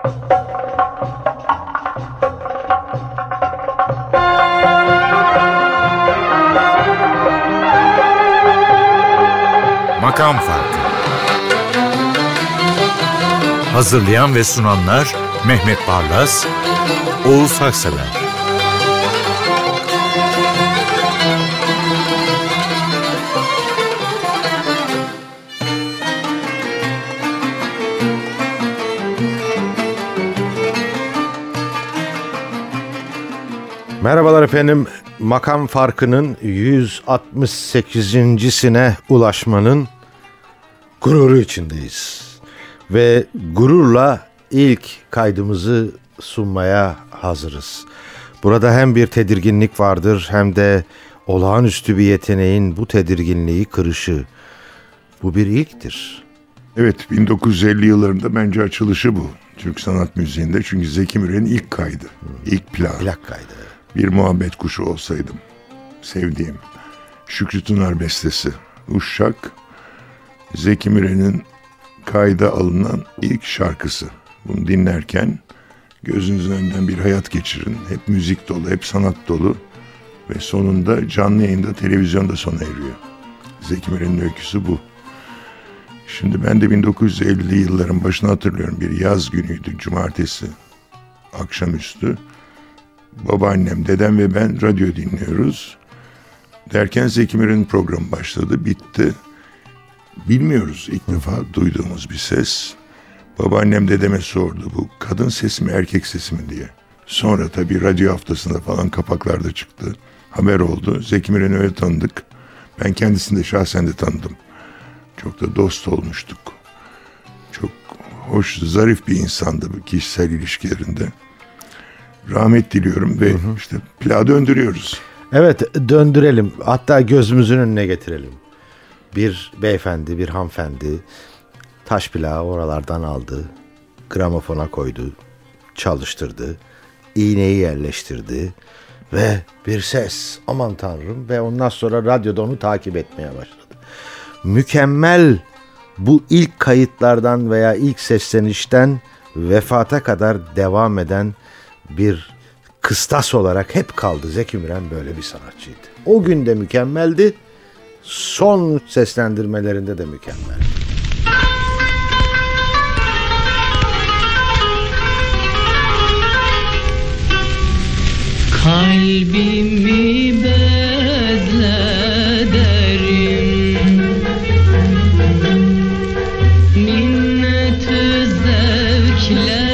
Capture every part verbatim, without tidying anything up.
Makam Farkı. Hazırlayan ve sunanlar Mehmet Barlas, Oğuz Haksever. Merhabalar efendim. Makam Farkı'nın yüz altmış sekizincisine ulaşmanın gururu içindeyiz. Ve gururla ilk kaydımızı sunmaya hazırız. Burada hem bir tedirginlik vardır hem de olağanüstü bir yeteneğin bu tedirginliği kırışı. Bu bir ilktir. Evet, bin dokuz yüz elli yıllarında bence açılışı bu. Türk sanat müziğinde, çünkü Zeki Müren'in ilk kaydı, hmm. ilk plak. Plak kaydı. Bir muhabbet kuşu olsaydım. Sevdiğim. Şükrü Tunar bestesi. Uşak, Zeki Müren'in kayda alınan ilk şarkısı. Bunu dinlerken gözünüzün önünden bir hayat geçirin. Hep müzik dolu, hep sanat dolu. Ve sonunda canlı yayında, televizyonda sona eriyor. Zeki Müren'in öyküsü bu. Şimdi ben de bin dokuz yüz ellili yılların başını hatırlıyorum. Bir yaz günüydü, cumartesi akşamüstü. Babaannem, dedem ve ben radyo dinliyoruz. Derken Zeki Müren'in programı başladı, bitti. Bilmiyoruz, ilk defa duyduğumuz bir ses. Babaannem dedeme sordu, bu kadın sesi mi erkek sesi mi diye. Sonra tabii radyo haftasında falan kapaklarda çıktı. Haber oldu. Zeki Müren'i öyle tanıdık. Ben kendisini de şahsen de tanıdım. Çok da dost olmuştuk. Çok hoş, zarif bir insandı bu kişisel ilişkilerinde. Rahmet diliyorum ve hı hı. işte plağı döndürüyoruz. Evet, döndürelim. Hatta gözümüzün önüne getirelim. Bir beyefendi, bir hanımefendi taş plağı oralardan aldı. Gramofona koydu. Çalıştırdı. İğneyi yerleştirdi. Ve bir ses, aman tanrım, ve ondan sonra radyoda onu takip etmeye başladı. Mükemmel, bu ilk kayıtlardan veya ilk seslenişten vefata kadar devam eden bir kıstas olarak hep kaldı. Zeki Müren böyle bir sanatçıydı. O gün de mükemmeldi. Son seslendirmelerinde de mükemmeldi. Kalbimi bezle derim, minnetü zevkle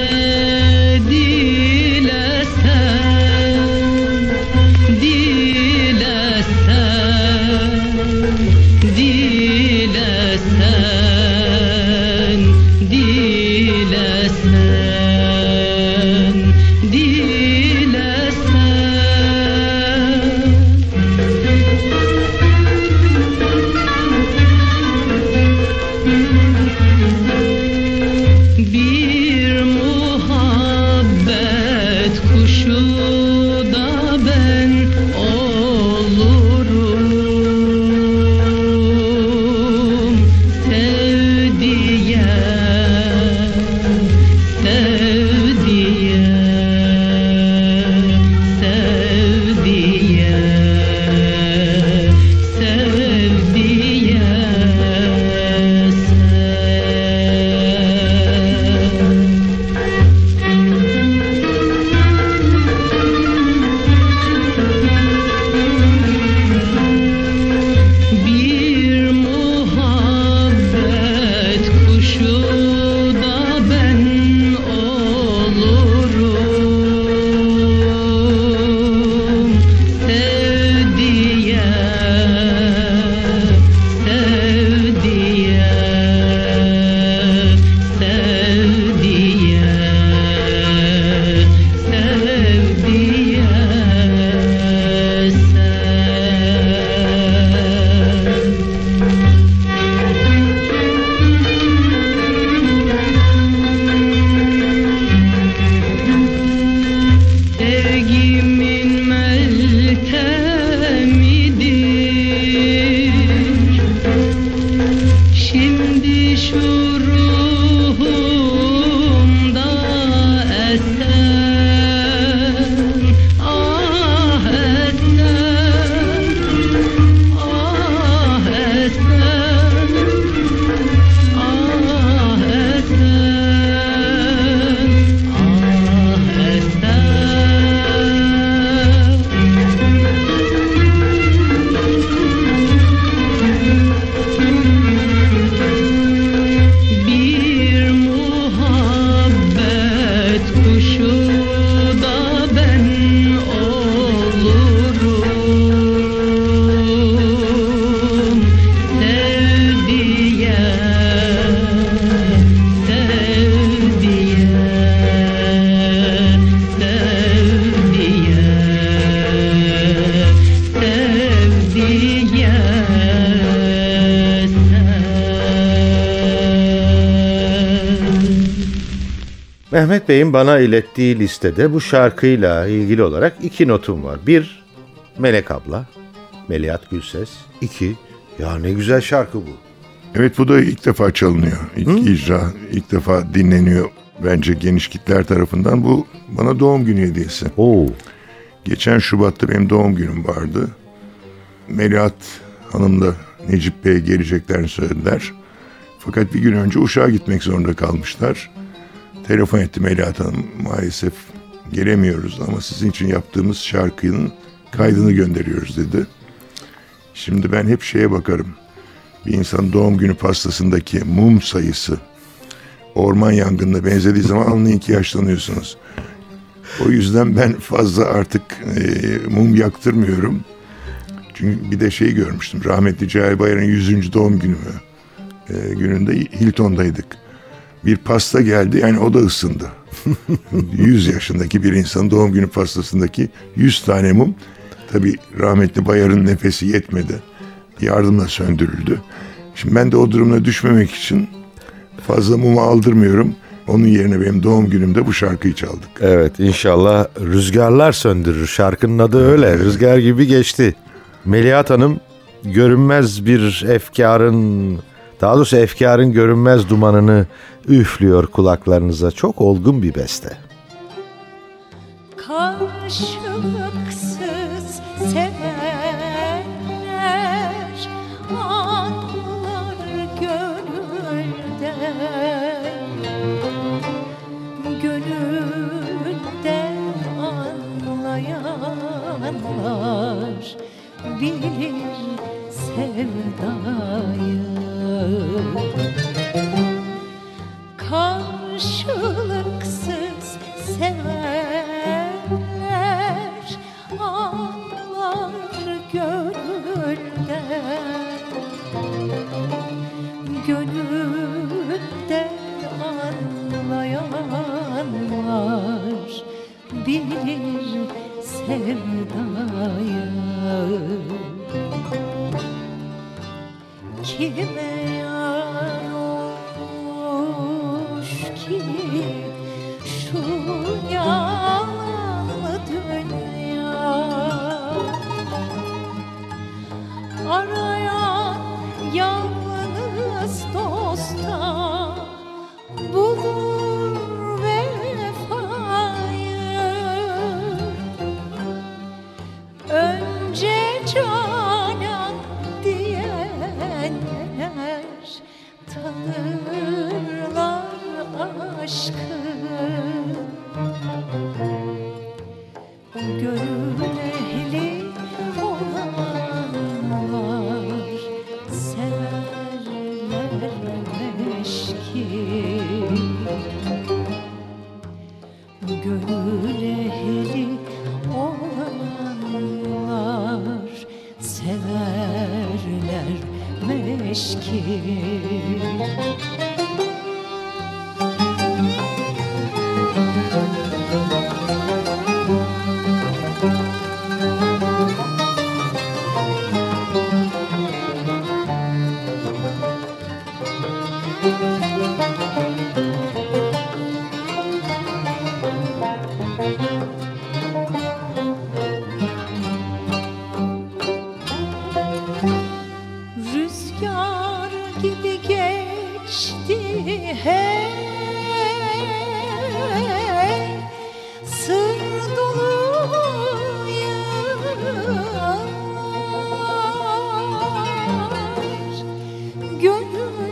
Mehmet Bey'in bana ilettiği listede bu şarkıyla ilgili olarak iki notum var. Bir, Melek abla, Melihat Gülses. İki, ya ne güzel şarkı bu. Evet, bu da ilk defa çalınıyor. İlk Hı? icra ilk defa dinleniyor bence geniş kitler tarafından. Bu bana doğum günü hediyesi. Oo. Geçen Şubat'ta benim doğum günüm vardı. Melihat Hanım da Necip Bey geleceklerini söylediler. Fakat bir gün önce Uşak'a gitmek zorunda kalmışlar. Telefon etti Melihat Hanım, maalesef gelemiyoruz ama sizin için yaptığımız şarkının kaydını gönderiyoruz dedi. Şimdi ben hep şeye bakarım. Bir insanın doğum günü pastasındaki mum sayısı orman yangınına benzediği zaman anlayın ki yaşlanıyorsunuz. O yüzden ben fazla artık e, mum yaktırmıyorum. Çünkü bir de şey görmüştüm. Rahmetli Cahil Bayar'ın yüzüncü doğum günü e, gününde Hilton'daydık. Bir pasta geldi, yani o da ısındı. yüz yaşındaki bir insanın doğum günü pastasındaki yüz tane mum. Tabii rahmetli Bayar'ın nefesi yetmedi. Yardımla söndürüldü. Şimdi ben de o durumuna düşmemek için fazla mumu aldırmıyorum. Onun yerine benim doğum günümde bu şarkıyı çaldık. Evet, inşallah rüzgarlar söndürür. Şarkının adı öyle. Evet. Rüzgar gibi geçti. Melihat Hanım, görünmez bir efkarın, daha doğrusu efkarın görünmez dumanını üflüyor kulaklarınıza. Çok olgun bir beste. Karşılıksız sevenler anlar gönülde, gönülden anlayanlar bilir sevdayı. Karşılıksız sevenler anlar gönülden, gönülden anlayanlar bilir sevdayı. Kime yar olmuş ki şu yalanlı dünya, arayan yalnız dosta bulur vefayı. Önce canan diyenler tanırlar aşkı. Gönül ehli olanlar severlermiş ki. Gönül ehli olanlar severlermiş ki. Rüzgar gibi geçti hey, sır dolu yıllar. Gönül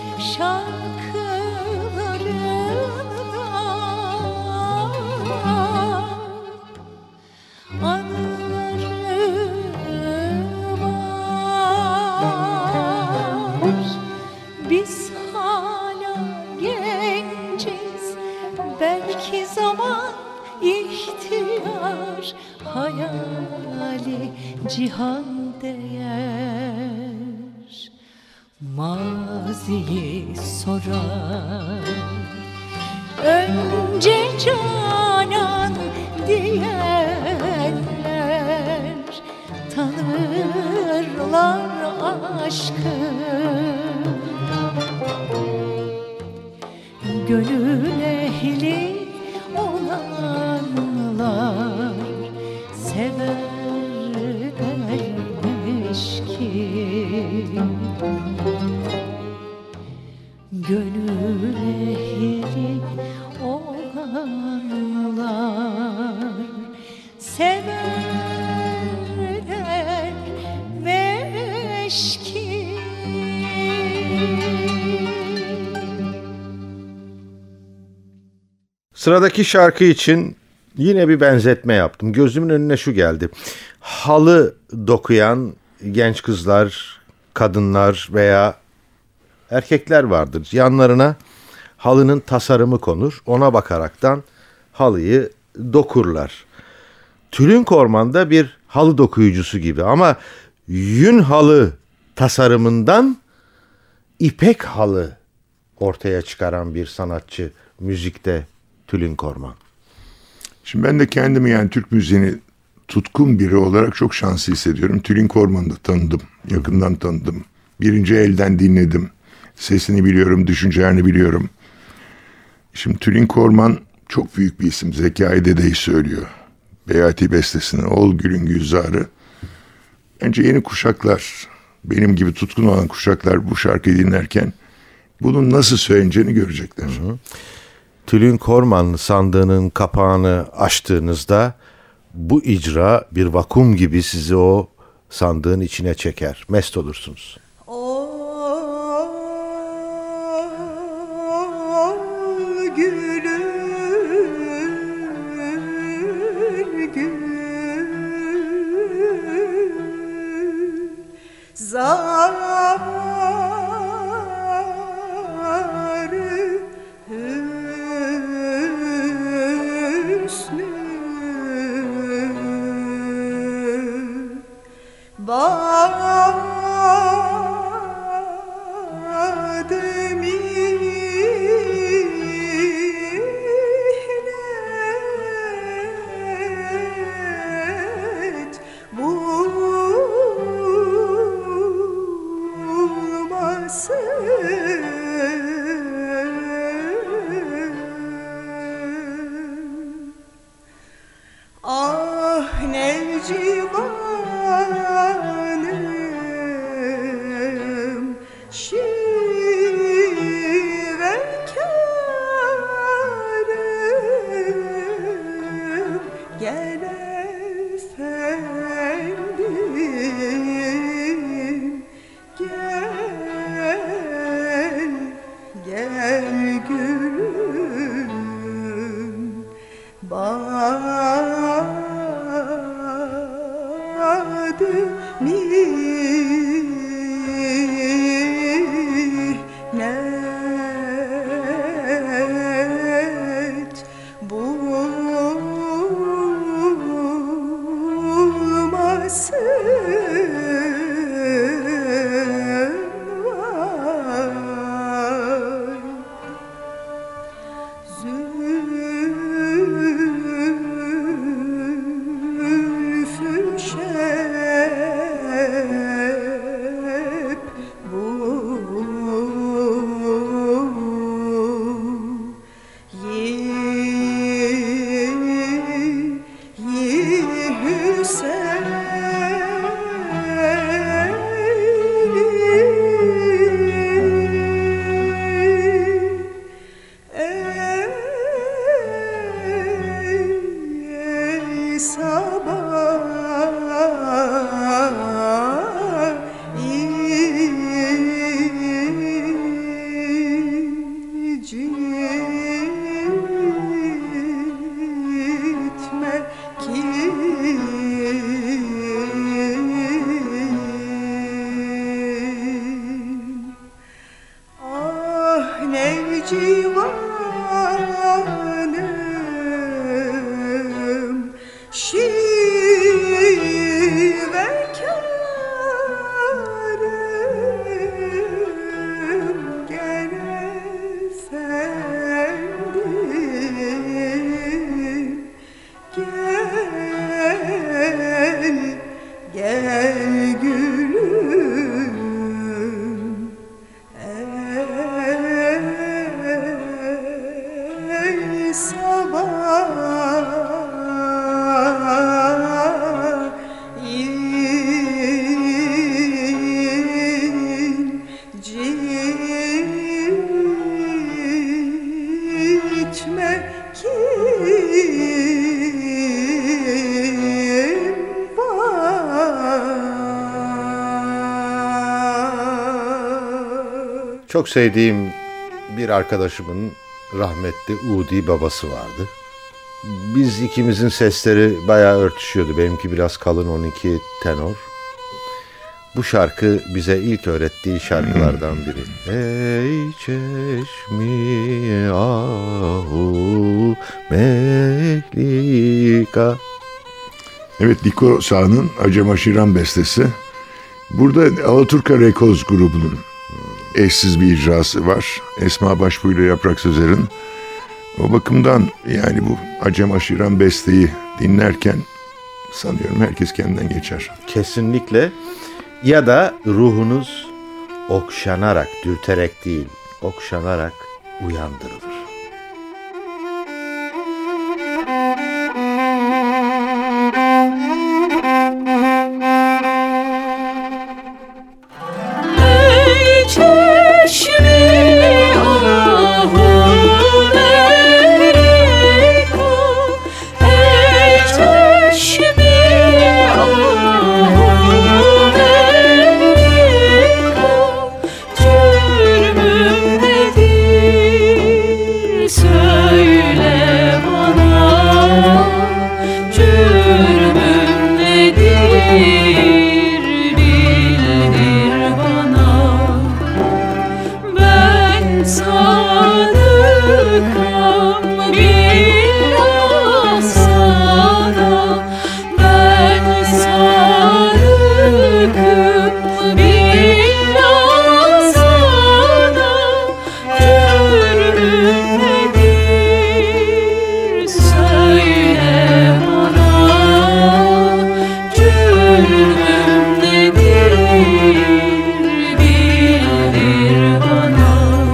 şarkılarında anıları var. Biz hala genciz, belki zaman ihtiyar, hayali cihan değer. Maziyi sorar, önce canan diyenler tanırlar aşkı. Gönül ehli olanlar sever dermiş ki gönül ehli olanlar sever dermiş ki. Sıradaki şarkı için yine bir benzetme yaptım. Gözümün önüne şu geldi. Halı dokuyan genç kızlar, kadınlar veya erkekler vardır. Yanlarına halının tasarımı konur. Ona bakaraktan halıyı dokurlar. Tülin Korman bir halı dokuyucusu gibi ama yün halı tasarımından ipek halı ortaya çıkaran bir sanatçı müzikte Tülin Korman. Şimdi ben de kendimi yani Türk müziğini tutkun biri olarak çok şanslı hissediyorum. Tülin Korman'ı da tanıdım, yakından tanıdım. Birinci elden dinledim. Sesini biliyorum, düşüncelerini biliyorum. Şimdi Tülin Korman çok büyük bir isim. Zekai Dede'yi söylüyor. Beyati bestesini, Ol Gülün Gülzarı. Bence yeni kuşaklar, benim gibi tutkun olan kuşaklar bu şarkıyı dinlerken bunun nasıl söyleneceğini görecekler. Hı hı. Tülin Korman sandığının kapağını açtığınızda bu icra bir vakum gibi sizi o sandığın içine çeker. Mest olursunuz. Zülfü şer incitme kim var? Çok sevdiğim bir arkadaşımın rahmetli Udi babası vardı. Biz ikimizin sesleri bayağı örtüşüyordu. Benimki biraz kalın, onunki tenor. Bu şarkı bize ilk öğrettiği şarkılardan biri. Ey çeşmi ahu mehlika. Evet, Diko Sağ'ın Acem Aşiran bestesi. Burada Alaturka Records grubunun eşsiz bir icrası var. Esma Başbuğ ile Yaprak Sözer'in. O bakımdan yani bu Acem Aşiran besteyi dinlerken sanıyorum herkes kendinden geçer. Kesinlikle. Ya da ruhunuz okşanarak, dürterek değil, okşanarak uyandırılır. Ey çeşmi ahu mehlika, ey çeşmi ahu mehlika, cürmüm nedir söyle bana, cürmüm nedir? Sadıkım billah sana, ben sadıkım billah sana, cürmüm nedir söyle bana, cürmüm nedir bildir bana.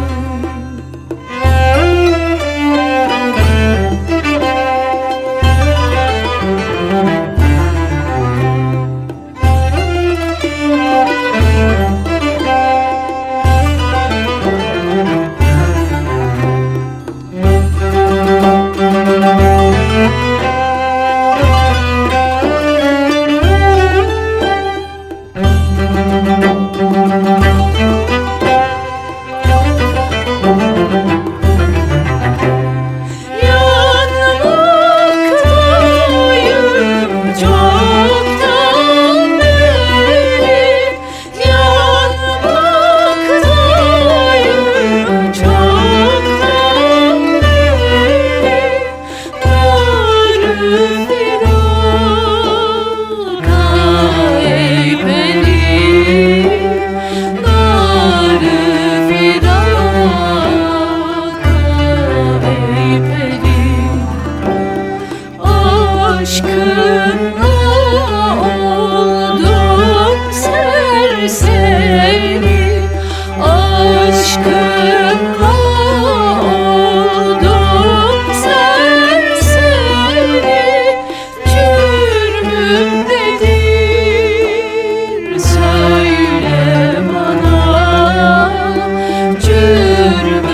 Yanmaktayım çoktan beri, yanmaktayım çoktan beri, darı firaka ey beni, darı firaka ey beni. Aşkınla oldum serseri, aşkınla oldum serseri, cürmüm nedir söyle bana, cürmüm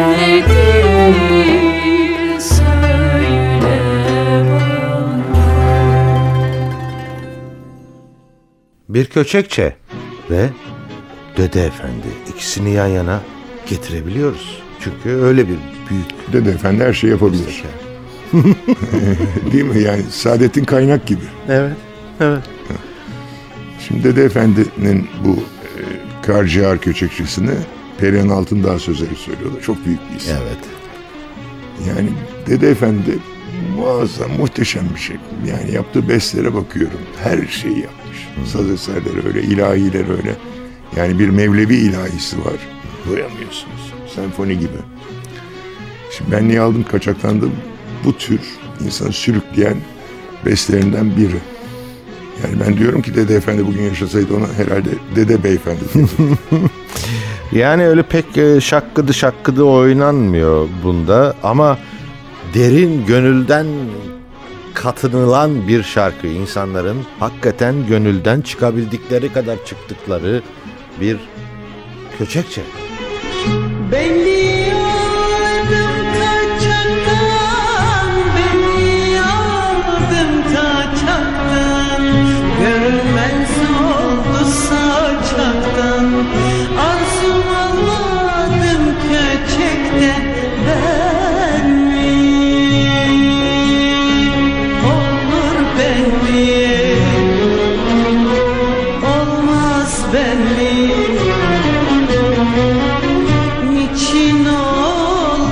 nedir söyle bana. Bir köçekçe ve Dede Efendi, ikisini yan yana getirebiliyoruz. Çünkü öyle bir büyük Dede Efendi her şey yapabilir. zeka. Değil mi? Yani Saadet'in kaynak gibi. Evet, evet. Şimdi Dede Efendi'nin bu e, Karciğer Köçekçisini Perihan Altındağ Sözleri söylüyorlar. Çok büyük bir isim. Evet. Yani Dede Efendi muazzam, muhteşem bir şey. Yani yaptığı bestelere bakıyorum. Her şeyi yapmış. Saz eserleri öyle, ilahiler öyle. Yani bir Mevlevi ilahisi var. Doyamıyorsunuz. Senfoni gibi. Şimdi ben niye aldım, kaçaklandım? Bu tür insanı sürükleyen bestelerinden biri. Yani ben diyorum ki Dede Efendi bugün yaşasaydı ona herhalde Dede Beyefendi diyecek. Yani öyle pek e, şakkıdı şakkıdı oynanmıyor bunda ama derin, gönülden katınılan bir şarkı. İnsanların hakikaten gönülden çıkabildikleri kadar çıktıkları bir köçekçe. Beni aldım kaçaktan, beni aldım kaçaktan, görünmez oldu saçaktan, arzum almadım köçekten ben mi? Olur ben mi? Olmaz ben mi? Niçin olmaz?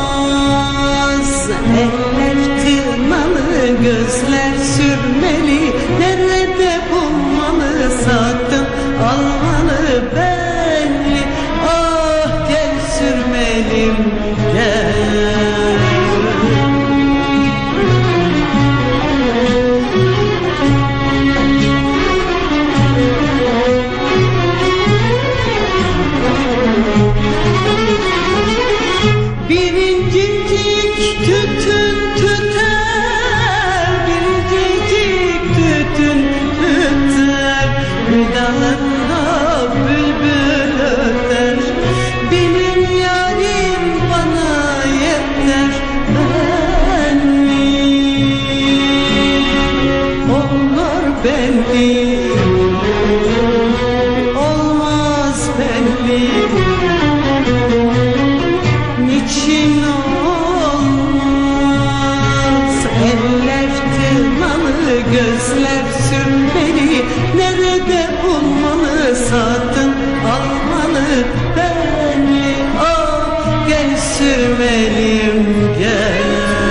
Eller kınalı, gözler sürmeli, nerede bulmalı, satın almalı belli. Ah gel sürmelim gel. Birincicik tütün tüter, birincicik tütün tüter, dalında bülbül öter. Benim yarim bana yeter ben mi? Olur ben mi? Olmaz ben mi? Niçin olmaz? Eller kınalı, gözler sürmeli, nerede bulmalı, satın almalı beni. Ah gel sürmelim gel.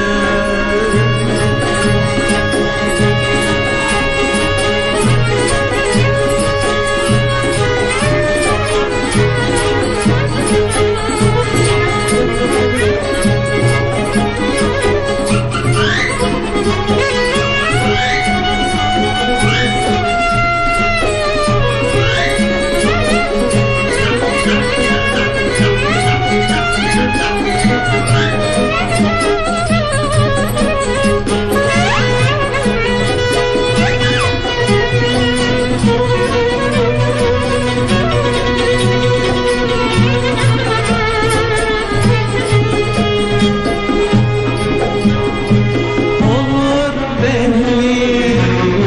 Olur ben mi?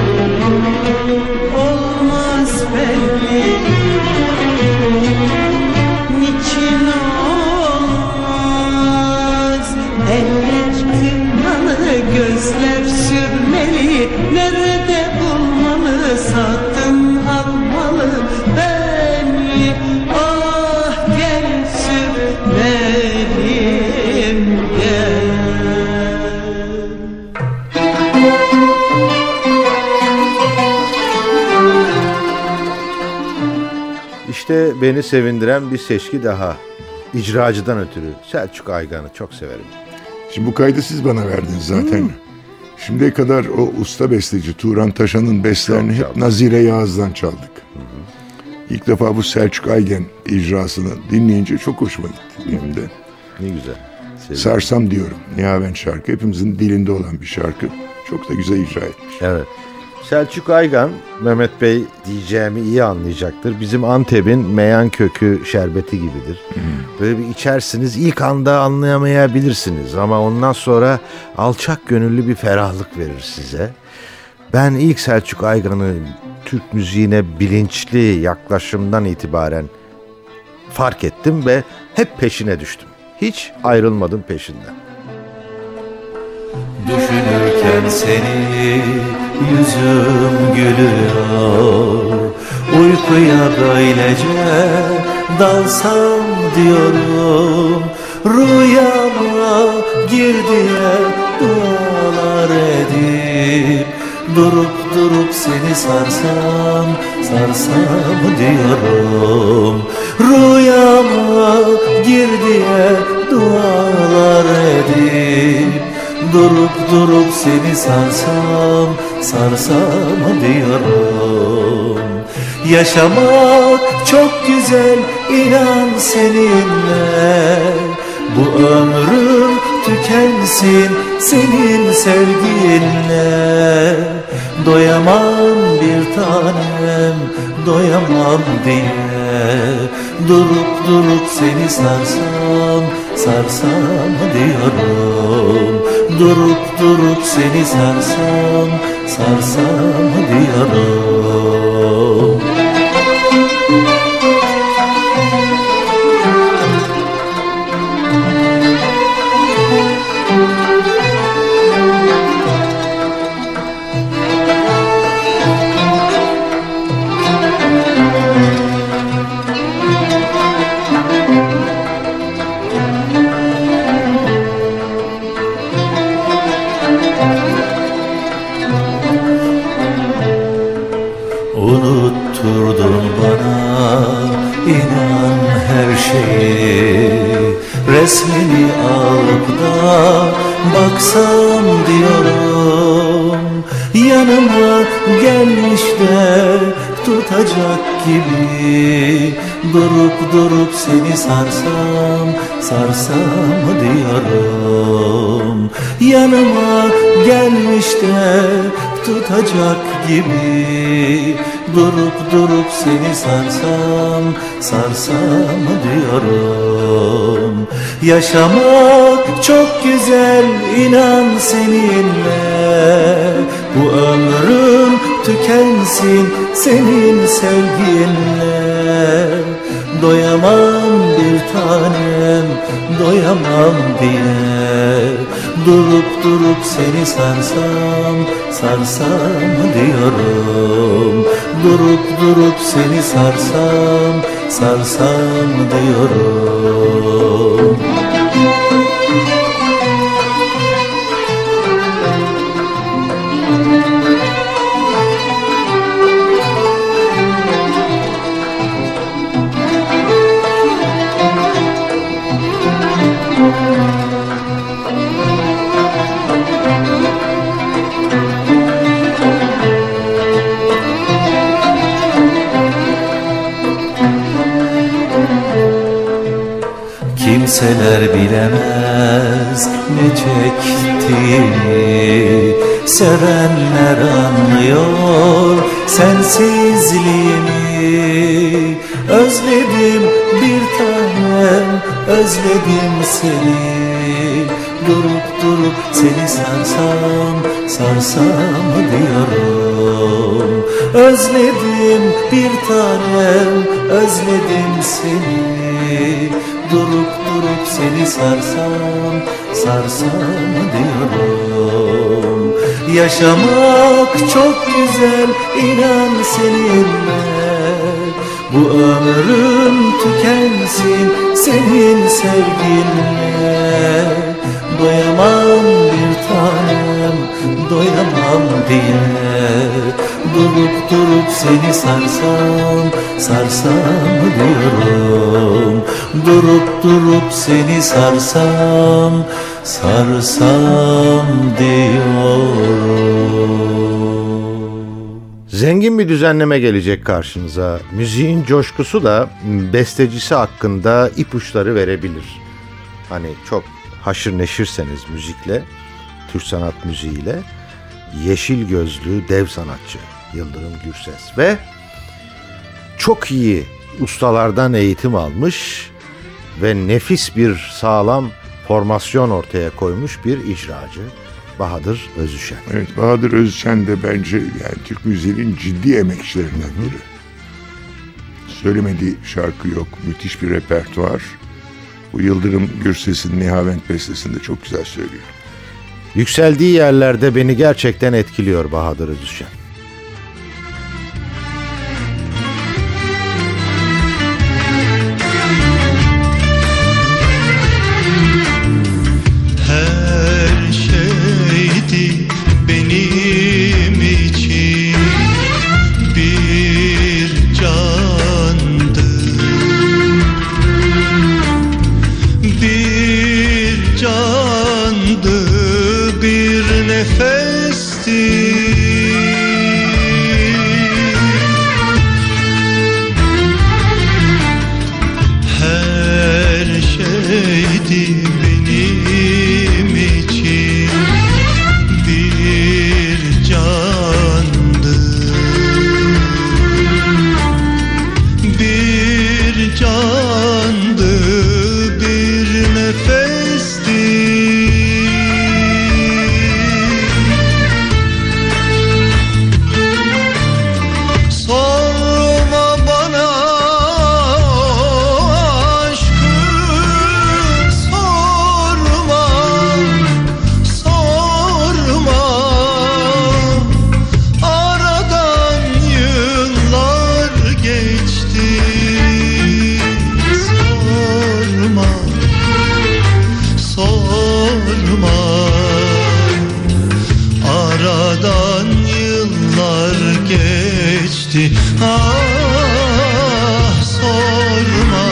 Olmaz ben mi? Niçin olmaz? Eller kınalı, gözler sürmeli, nerede bulmalı, satın almalı ben mi? Ah gel sürmelim gel. İşte beni sevindiren bir seçki daha. İcracıdan ötürü Selçuk Aygan'ı çok severim. Şimdi bu kaydı siz bana verdiniz zaten. Şimdiye kadar o usta besteci Turan Taşan'ın bestlerini Çok hep çaldık. Nazire Yağız'dan çaldık. İlk defa bu Selçuk Aygen icrasını dinleyince çok hoşuma gitti benim de. Ne güzel. Sevdim. Sarsam diyorum. Nihaven şarkı hepimizin dilinde olan bir şarkı. Çok da güzel icra etmiş. Evet. Selçuk Aygan, Mehmet Bey diyeceğimi iyi anlayacaktır. Bizim Antep'in meyan kökü şerbeti gibidir. Böyle bir içersiniz, ilk anda anlayamayabilirsiniz ama ondan sonra alçak gönüllü bir ferahlık verir size. Ben ilk Selçuk Aygan'ı Türk müziğine bilinçli yaklaşımdan itibaren fark ettim ve hep peşine düştüm. Hiç ayrılmadım peşinden. Düşünürken seni yüzüm gülüyor, uykuya böylece dalsam diyorum. Rüyama gir diye dualar edip durup durup seni sarsam, sarsam diyorum. Rüyama gir diye dualar edip durup durup seni sarsam, sarsam diyorum. Yaşamak çok güzel, inan seninle. Bu ömrüm tükensin senin sevginle. Doyamam bir tanem, doyamam diye, durup durup seni sarsam, sarsam diyorum. Durup durup seni sarsam, sarsam diyorum. Unutturdun bana inan her şeyi, resmini alıp da baksam diyorum. Yanıma gelmiş de tutacak gibi, durup durup seni sarsam, sarsam diyorum. Yanıma gelmiş de tutacak gibi, durup durup seni sarsam, sarsam diyorum. Yaşamak çok güzel inan seninle, bu ömrüm tükensin senin sevginle. Doyamam bir tanem, doyamam diye, durup durup seni sarsam, sarsam diyorum. Durup durup seni sarsam, sarsam diyorum. Kimseler bilemez ne çektiğimi, sevenler anlıyor sensizliğimi. Özledim bir tanem, özledim seni, durup durup seni sarsam, sarsam diyorum. Özledim bir tanem, özledim seni, durup durup seni sarsam, sarsam diyorum. Yaşamak çok güzel inan seninle, bu ömrüm tükensin senin sevginle. Doyamam bir tanem, doyamam diye, durup durup seni sarsam, sarsam diyorum. Durup durup seni sarsam, sarsam diyorum. Zengin bir düzenleme gelecek karşınıza. Müziğin coşkusu da bestecisi hakkında ipuçları verebilir. Hani çok haşır neşirseniz müzikle, Türk sanat müziğiyle, yeşil gözlü dev sanatçı Yıldırım Gürses ve çok iyi ustalardan eğitim almış ve nefis bir sağlam formasyon ortaya koymuş bir icracı Bahadır Özüşen. Evet, Bahadır Özüşen de bence yani Türk müziğinin ciddi emekçilerinden biri. Söylemediği şarkı yok, müthiş bir repertuar. Bu Yıldırım Gürses'in Nihavent bestesinde çok güzel söylüyor. Yükseldiği yerlerde beni gerçekten etkiliyor Bahadır Özüşen. Her şeydi benim için bir candı, bir candı, bir nefesti. Her şeydi benim geçti. Ah sorma,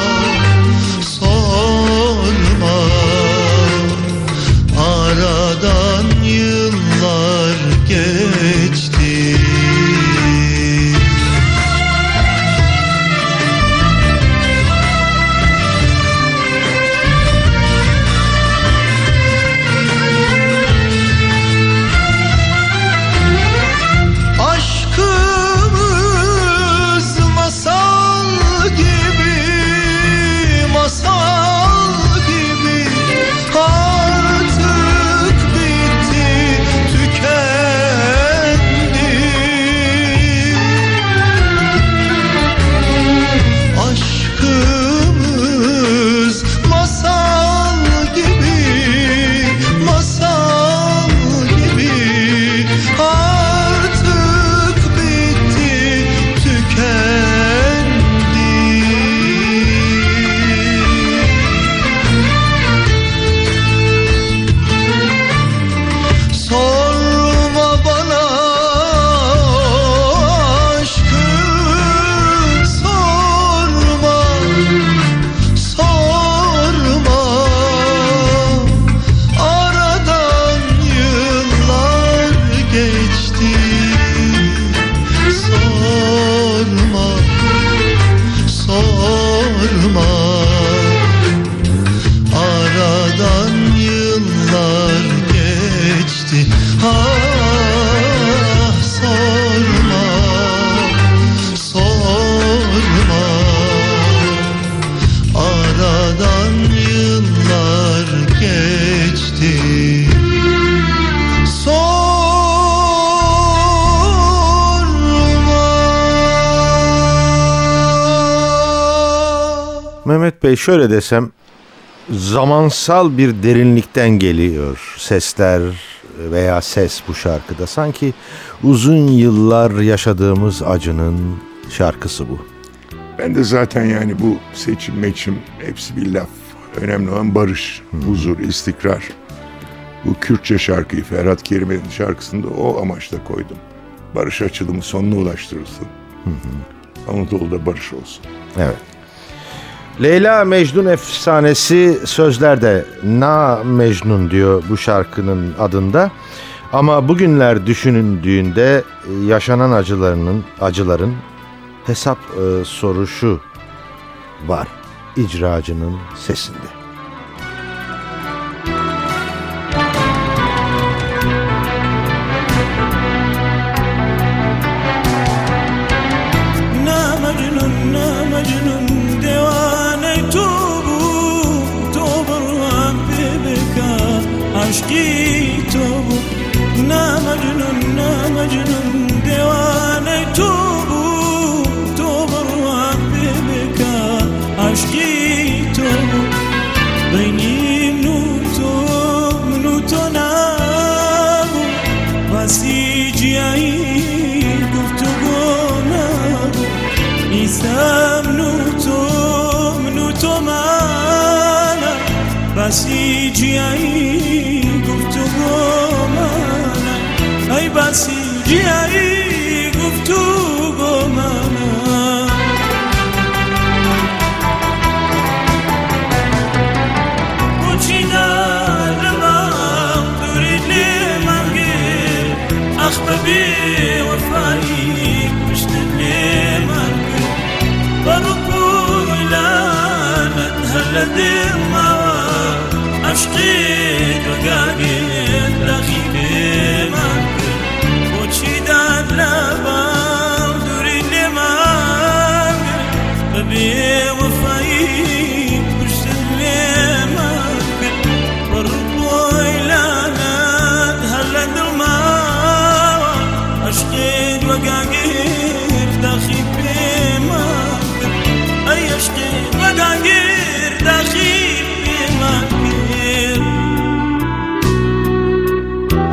sorma. Aradan yıllar geçti. Aşkımız masal gibi, masal gibi artık bitti, tükendi. Aşkımız masal gibi, masal gibi artık bitti, tükendi. Sorma bana aşkı, sorma, sorma. Aradan yıllar geçti. Sorma, sorma. Aradan yıllar geçti. Ah sorma, sorma. Aradan yıllar geçti. Sorma. Mehmet Bey, şöyle desem, zamansal bir derinlikten geliyor sesler veya ses bu şarkıda. Sanki uzun yıllar yaşadığımız acının şarkısı bu. Ben de zaten yani bu seçim meçim hepsi bir laf. Önemli olan barış, huzur, istikrar. Bu Kürtçe şarkıyı Ferhat Kerime'nin şarkısında o amaçla koydum. Barış açılımı sonuna ulaştırılsın. Anadolu'da barış olsun. Evet. Leyla Mecnun efsanesi sözlerde Na Mecnun diyor bu şarkının adında. Ama bugünler düşünüldüğünde yaşanan acılarının acıların hesap e, soruşu var icracının sesinde. عشقی تو بود نه مجنون نه مجنون دیوانه تو بود تو برو هم ببکا عشقی تو بود بینیم نو تو منو تو نبود وسیجیایی گفتگو نبود نیستم نو تو منو تو منم وسیجیایی ای بسیجیایی گفتگو منم بچیدن لبم دوریدی من گیر اخببی وفایی پشتنی من گیر برو بویلانت هلدی مواد عشقی دقاقی لخیبی من بچیدن لبم دوریدی من ببی وفایی پشتنی من برو بویلانت هلدی مواد عشقی دقاقی لخیبی من ای عشقی دقاقی لخیبی من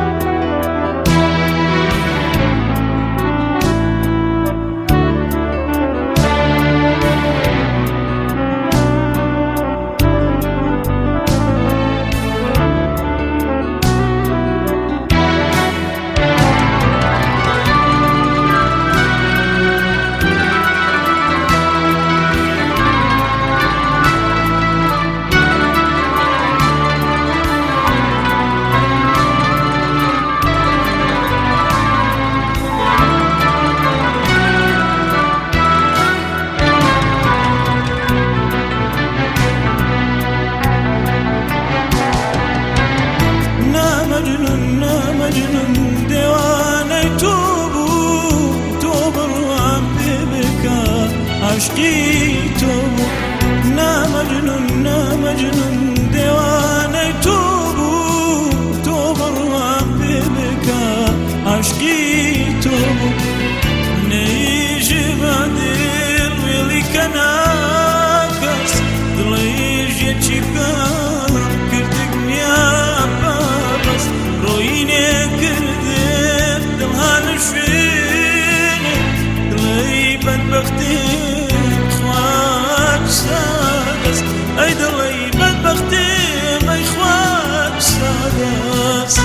مجنون دیوانه تو بود تو بروم ببکا عشقی تو بود نه مجنون نه مجنون دیوانه تو بود تو بروم ببکا عشقی تو بود نیجی بدر ویلی کناکس دلیجی چیکار کردک نیا بابس روینه کردم دلهان شوینه دلی بدبختی خواهد سادس ای دلی بدبختی می خواهد سادس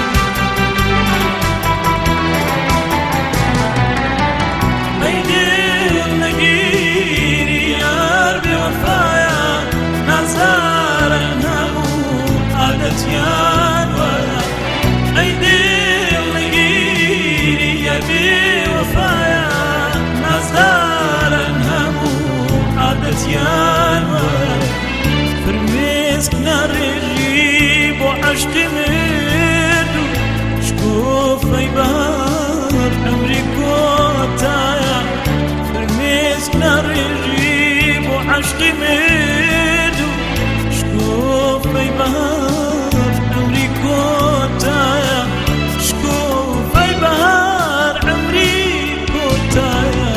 فرميسك نار الريب وعشق مردو شكوف في بهار عمري كوتايا فرميسك نار الريب وعشق مردو شكوف في بهار عمري كوتايا شكوف في بهار عمري كوتايا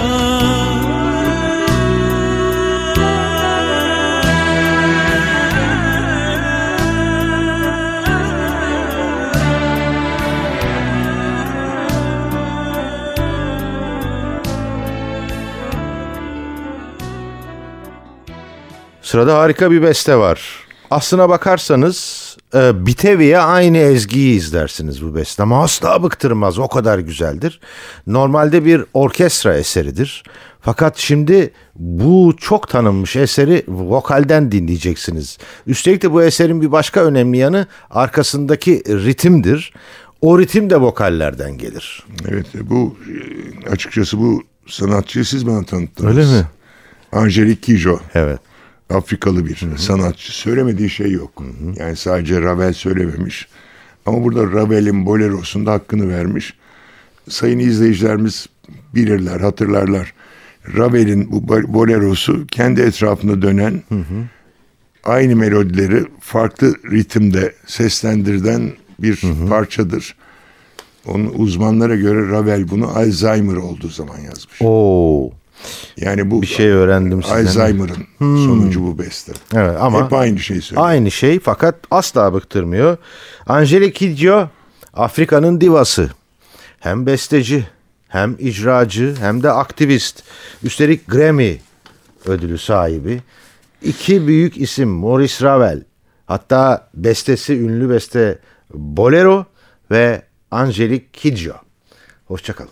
Sırada harika bir beste var. Aslına bakarsanız e, Bitevi'ye aynı ezgiyi izlersiniz bu beste ama asla bıktırmaz, o kadar güzeldir. Normalde bir orkestra eseridir. Fakat şimdi bu çok tanınmış eseri vokalden dinleyeceksiniz. Üstelik de bu eserin bir başka önemli yanı arkasındaki ritimdir. O ritim de vokallerden gelir. Evet, bu açıkçası bu sanatçıyı siz bana tanıttınız. Öyle mi? Angelique Kidjo. Evet. Afrikalı bir Hı-hı. sanatçı. Söylemediği şey yok. Hı-hı. Yani sadece Ravel söylememiş. Ama burada Ravel'in bolerosunda hakkını vermiş. Sayın izleyicilerimiz bilirler, hatırlarlar. Ravel'in bu bolerosu kendi etrafında dönen Hı-hı. aynı melodileri farklı ritimde seslendirden bir Hı-hı. parçadır. Onun uzmanlara göre Ravel bunu Alzheimer olduğu zaman yazmış. Oo. Yani bu bir şey öğrendim sizden. Alzheimer'ın hmm. sonucu bu beste. Evet ama hep aynı şey söylüyor. Aynı şey fakat asla bıktırmıyor. Angelique Kidjo Afrika'nın divası. Hem besteci, hem icracı, hem de aktivist. Üstelik Grammy ödülü sahibi. İki büyük isim Maurice Ravel. Hatta bestesi ünlü beste Bolero ve Angelique Kidjo. Hoşçakalın.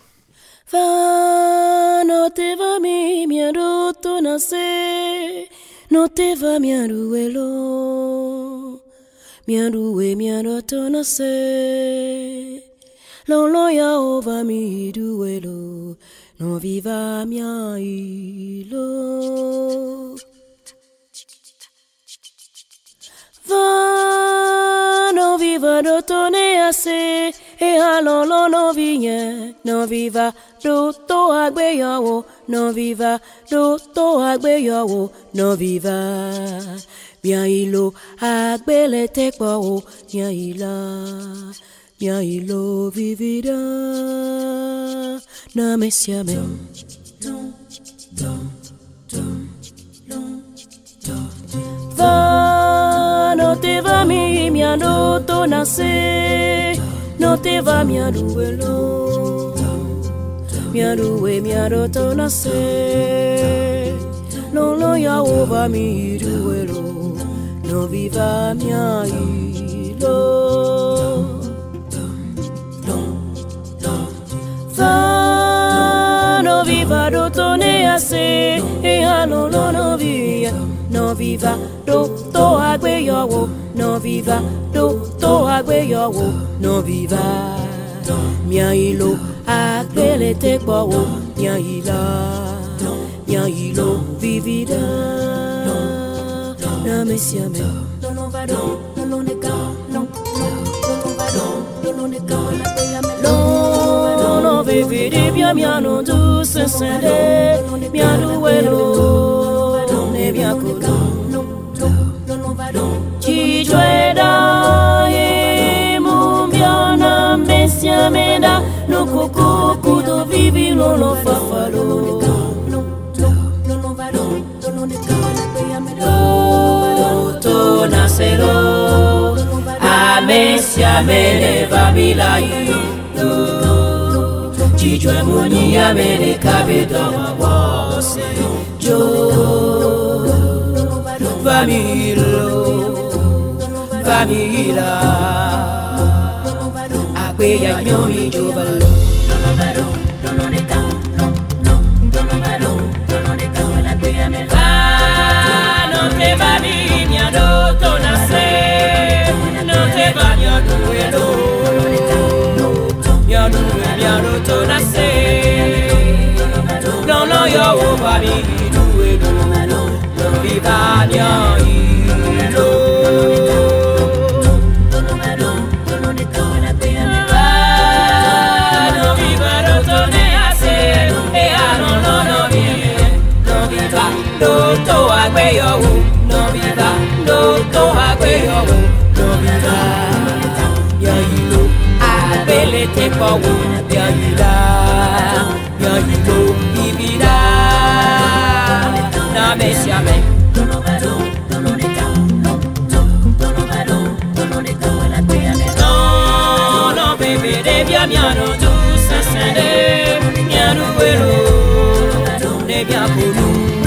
Va, no te va mi miedo tu nacer, no te va mi aruelo, mi arue mi aroto nacer, lo lo ya ova mi duelo, no viva mi ailo. Va, no viva do tone ase, e halolo no vigne, no viva do to agbeyawo, no viva do to agbeyawo, no viva. Mia ilo agbele tekpo, mia ila, mia ilo vivida, na mesia me. Va, no te va mi miando to nacer, no te va mi aruelo, mi arue mi aroto nacer, no lo ya ova mi aruelo, no viva mi ailo. Va, no viva do tone ase, e halo no no via. No viva do to agbeyawo, no viva do to agbeyawo, no viva. Mia ilo agbele tekpo, mia ila, mia ilo vivida. Na mesia me, no no va do, no no neka, no no no no va do, no no neka. miano du sensende miano welo ne biakulo ci jueda e mumbiana messia menda no coco kudo vivi no lo fafalo to nasero a messia mele vabilai ci jue muni a mele cabedo wose jo Vamilo, Vamila, Agueya nyomi jobalo. Ah, non te va di mia doto nasce, non te va mia duelo, mia duelo mia doto nasce, non lo io va mi duelo. Vivania ilo no viva rotone ase e ano no no vive no viva doto agbeyo no viva doto agbeyo no viva ya ilo abele te po ya ila ya ilo vivida na messia me miano tu sensende miano welo ne biakulu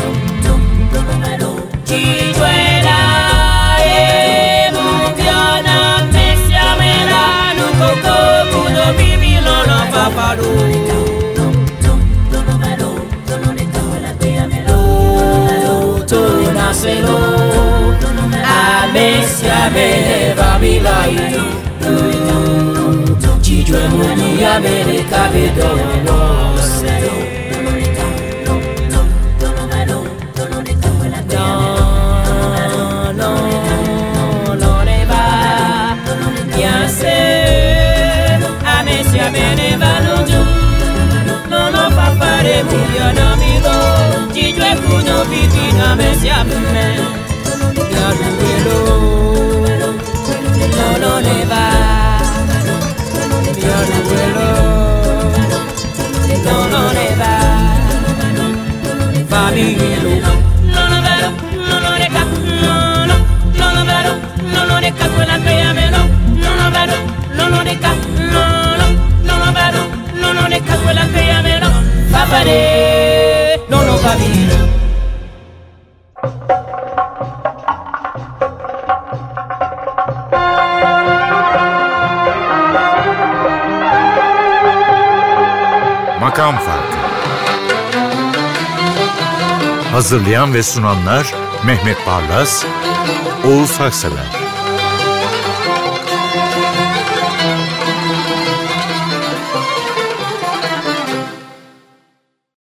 ci juela e mumbiana messia mela no coco kudo vivi no no papalo to naselo a messia mele vabilai ci jue muni a mele cabedo wose no no no ne va pianse a messia mele valo giù non lo fa fare muio no mi lo ci jue kuno vicino a messia me ya duelo no no ne va mio duelo no no ne va famiglia no no vero no no ne cap no no no no vero no no ne cap quella che a me no no no vero no no ne cap no no no no vero no no ne cap quella che a me no fa fare no no va bene. Makam Farkı. Hazırlayan ve sunanlar Mehmet Barlas, Oğuz Haksever.